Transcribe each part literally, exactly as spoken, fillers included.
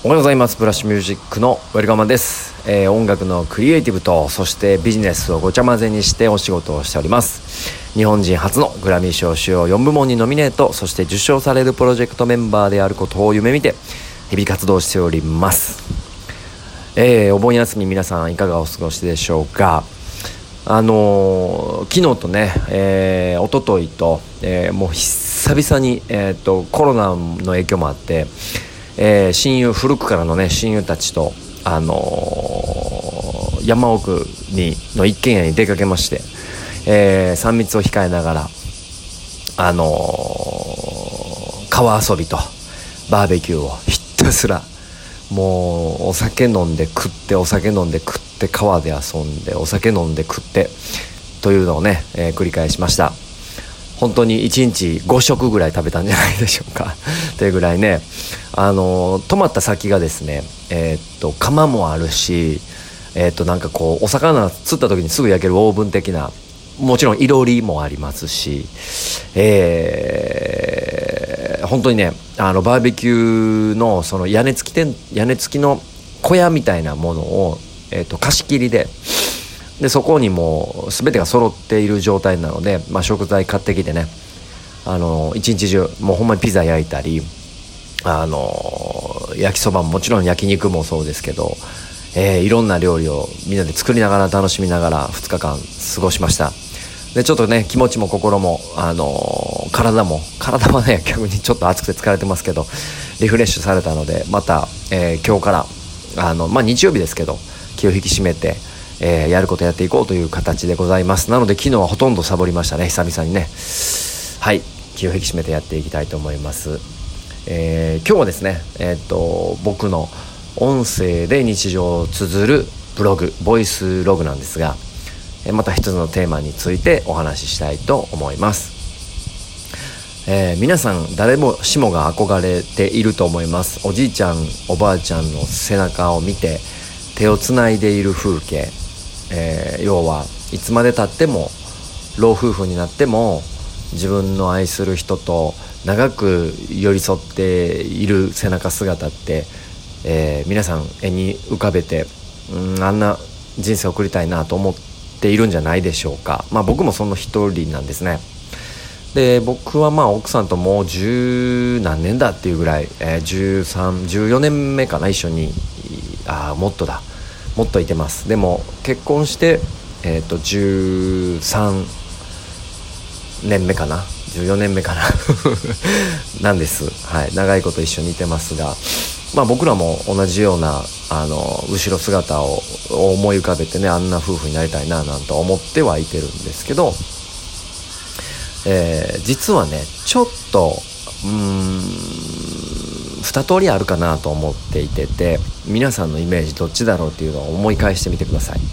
おはようございます。ブラッシュミュージックのウェルカマンです、えー、音楽のクリエイティブとそしてビジネスをごちゃ混ぜにしてお仕事をしております。日本人初のグラミー賞主要よん部門にノミネート、そして受賞されるプロジェクトメンバーであることを夢見て日々活動しております。えー、お盆休み皆さんいかがお過ごしでしょうか。あのー、昨日とね、えー、一昨日と、えー、もう久々に、えー、とコロナの影響もあってえー、親友古くからのね親友たちと、あのー、山奥にの一軒家に出かけまして、えー、さん密を控えながら、あのー、川遊びとバーベキューをひたすらもうお酒飲んで食ってお酒飲んで食って川で遊んでお酒飲んで食ってというのをね、えー、繰り返しました。本当にいちにちご食ぐらい食べたんじゃないでしょうかというぐらいね、あの泊まった先がですね、えー、っと窯もあるし、えー、っとなんかこうお魚釣った時にすぐ焼けるオーブン的な、もちろんいろりもありますし、えー、本当にねあのバーベキューのその屋根付き店屋根付きの小屋みたいなものを、えー、っと貸し切りででそこにもう全てが揃っている状態なので、まあ、食材買ってきてね、あの一日中もうほんまにピザ焼いたり、あの焼きそばももちろん焼肉もそうですけど、えー、いろんな料理をみんなで作りながら楽しみながらふつかかん過ごしました。でちょっとね気持ちも心も、あの体も体はね逆にちょっと暑くて疲れてますけどリフレッシュされたので、また、えー、今日からあの、まあ、日曜日ですけど気を引き締めてえー、やることやっていこうという形でございます。なので昨日はほとんどサボりましたね、久々にね。はい、気を引き締めてやっていきたいと思います。えー、今日はですね、えー、っと僕の音声で日常を綴るブログ、ボイスログなんですが、えー、また一つのテーマについてお話ししたいと思います。えー、皆さん誰もしもが憧れていると思います。おじいちゃんおばあちゃんの背中を見て手をつないでいる風景、えー、要はいつまでたっても老夫婦になっても自分の愛する人と長く寄り添っている背中姿って、えー、皆さん絵に浮かべて、うん、あんな人生を送りたいなと思っているんじゃないでしょうか。まあ僕もその一人なんですね。で僕はまあ奥さんともう十何年だっていうぐらい、えー、じゅうさん、じゅうよねんめかな、一緒に、あもっとだもっといてます。でも結婚して、えー、とじゅうさんねんめかなじゅうよねんめかななんです、はい、長いこと一緒にいてますが、まあ、僕らも同じようなあの後ろ姿を思い浮かべてね、あんな夫婦になりたいななんと思ってはいてるんですけど、えー、実はねちょっとうーん二通りあるかなと思っていてて、皆さんのイメージどっちだろうっていうのを思い返してみてください。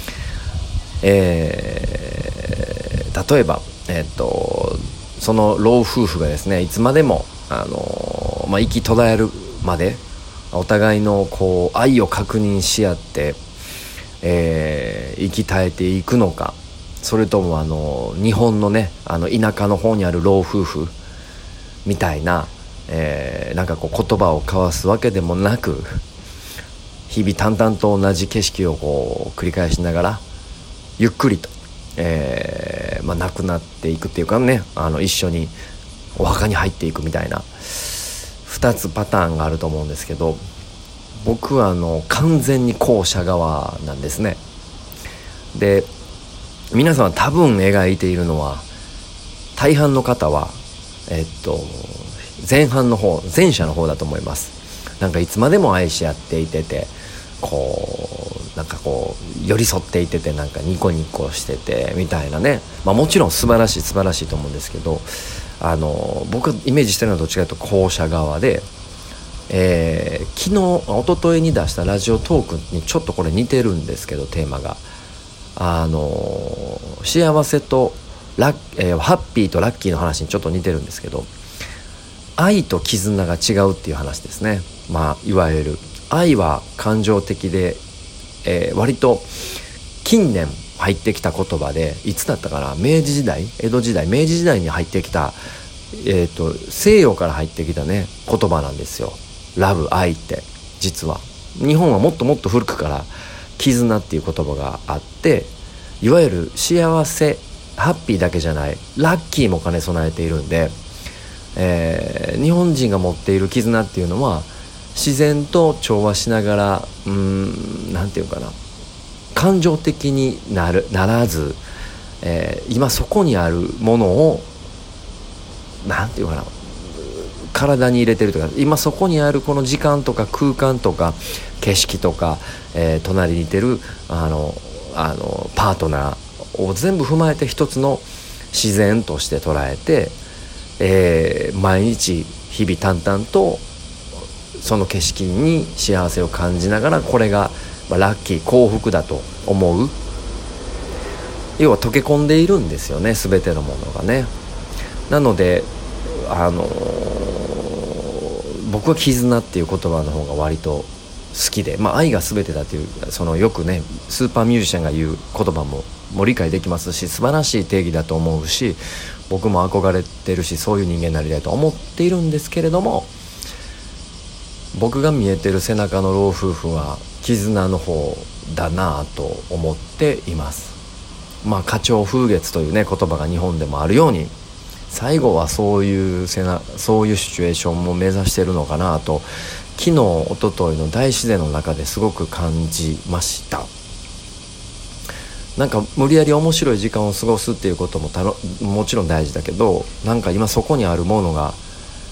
えー、例えば、えー、っとその老夫婦がですねいつまでも、あのまあ、息途絶えるまでお互いのこう愛を確認し合って、えー、息絶えていくのか、それともあの日本のねあの田舎の方にある老夫婦みたいな、えー、なんかこう言葉を交わすわけでもなく、日々淡々と同じ景色をこう繰り返しながらゆっくりと、えーまあ、亡くなっていくっていうかね、あの一緒にお墓に入っていくみたいなふたつパターンがあると思うんですけど、僕はあの完全に後者側なんですね。で皆さんは多分描いているのは、大半の方はえっと前半の方前者の方だと思います。なんかいつまでも愛し合っていてて、こうなんかこう寄り添っていてて、なんかニコニコしててみたいなね、まあもちろん素晴らしい素晴らしいと思うんですけど、あの僕がイメージしてるのはどっちかというと後者側で、えー、昨日一昨日に出したラジオトークにちょっとこれ似てるんですけど、テーマがあの幸せとラッ、えー、ハッピーとラッキーの話にちょっと似てるんですけど、愛と絆が違うっていう話ですね。まあいわゆる愛は感情的で、えー、割と近年入ってきた言葉で、いつだったかな、明治時代江戸時代明治時代に入ってきた、えーと、西洋から入ってきたね言葉なんですよ。ラブ、愛って。 実は日本はもっともっと古くから絆っていう言葉があって、いわゆる幸せハッピーだけじゃないラッキーも兼ね備えているんで、えー、日本人が持っている絆っていうのは自然と調和しながら、うーんなんていうかな、感情的になるならず、えー、今そこにあるものをなんていうかな、体に入れてるとか、今そこにあるこの時間とか空間とか景色とか、えー、隣にいてるあのあのパートナーを全部踏まえて一つの自然として捉えて、えー、毎日日々淡々とその景色に幸せを感じながら、これが、まあ、ラッキー幸福だと思う、要は溶け込んでいるんですよね、全てのものがね。なのであのー、僕は絆っていう言葉の方が割と好きで、まあ愛が全てだという、そのよくねスーパーミュージシャンが言う言葉ももう理解できますし、素晴らしい定義だと思うし、僕も憧れてるし、そういう人間になりたいと思っているんですけれども、僕が見えてる背中の老夫婦は絆の方だなと思っています。まあ花鳥風月というね言葉が日本でもあるように、最後はそういう背なそういうシチュエーションも目指してるのかなと、昨日一昨日の大自然の中ですごく感じました。なんか無理やり面白い時間を過ごすっていうこともたのもちろん大事だけど、なんか今そこにあるものが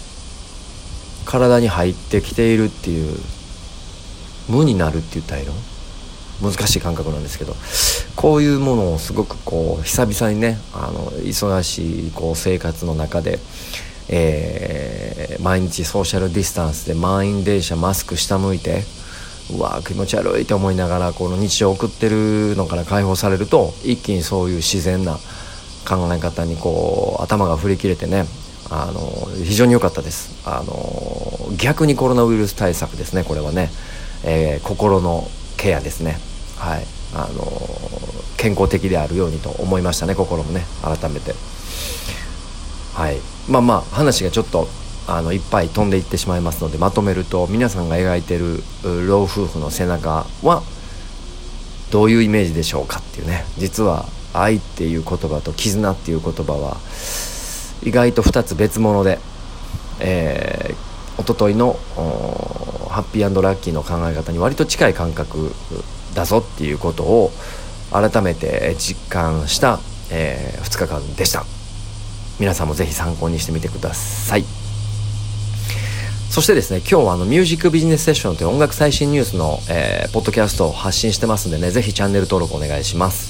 体に入ってきているっていう、無になるって言ったらいいの、難しい感覚なんですけど、こういうものをすごくこう久々にね、あの忙しいこう生活の中で、えー、毎日ソーシャルディスタンスで満員電車マスク下向いて、うわ気持ち悪いと思いながらこの日常を送ってるのから解放されると、一気にそういう自然な考え方にこう頭が振り切れてね、あの非常に良かったです。あの逆にコロナウイルス対策ですね、これはね、えー、心のケアですね。はい、あの健康的であるようにと思いましたね、心もね改めて。はい、まあまあ話がちょっとあのいっぱい飛んでいってしまいますので、まとめると、皆さんが描いている老夫婦の背中はどういうイメージでしょうかっていうね。実は愛っていう言葉と絆っていう言葉は意外とふたつ別物で、えー、一昨日のハッピー&ラッキーの考え方に割と近い感覚だぞっていうことを改めて実感した、えー、ふつかかんでした。皆さんもぜひ参考にしてみてください。そしてですね、今日はあのミュージックビジネスセッションという音楽最新ニュースの、えー、ポッドキャストを発信してますんでね、ぜひチャンネル登録お願いします。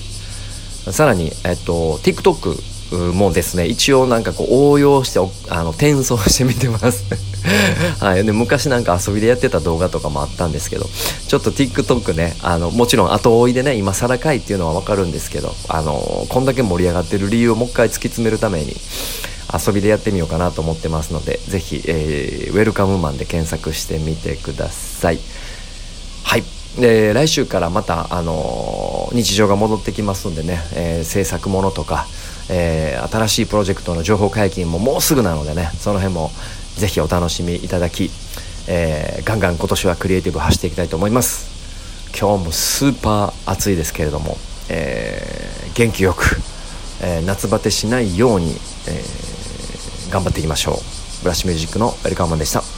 さらに、えっと、TikTok もですね、一応なんかこう応用してあの転送してみてますはい、で昔なんか遊びでやってた動画とかもあったんですけど、ちょっと TikTok ね、あのもちろん後追いでね今更かいっていうのは分かるんですけど、あのこんだけ盛り上がってる理由をもう一回突き詰めるために遊びでやってみようかなと思ってますので、ぜひ、えー、ウェルカムマンで検索してみてください。はい、で来週からまた、あのー、日常が戻ってきますのでね、えー、制作ものとか、えー、新しいプロジェクトの情報解禁ももうすぐなのでね、その辺もぜひお楽しみいただき、えー、ガンガン今年はクリエイティブ走っていきたいと思います。今日もスーパー暑いですけれども、えー、元気よく、えー、夏バテしないように、えー、頑張っていきましょう。ブラッシュミュージックのウェルカムマンでした。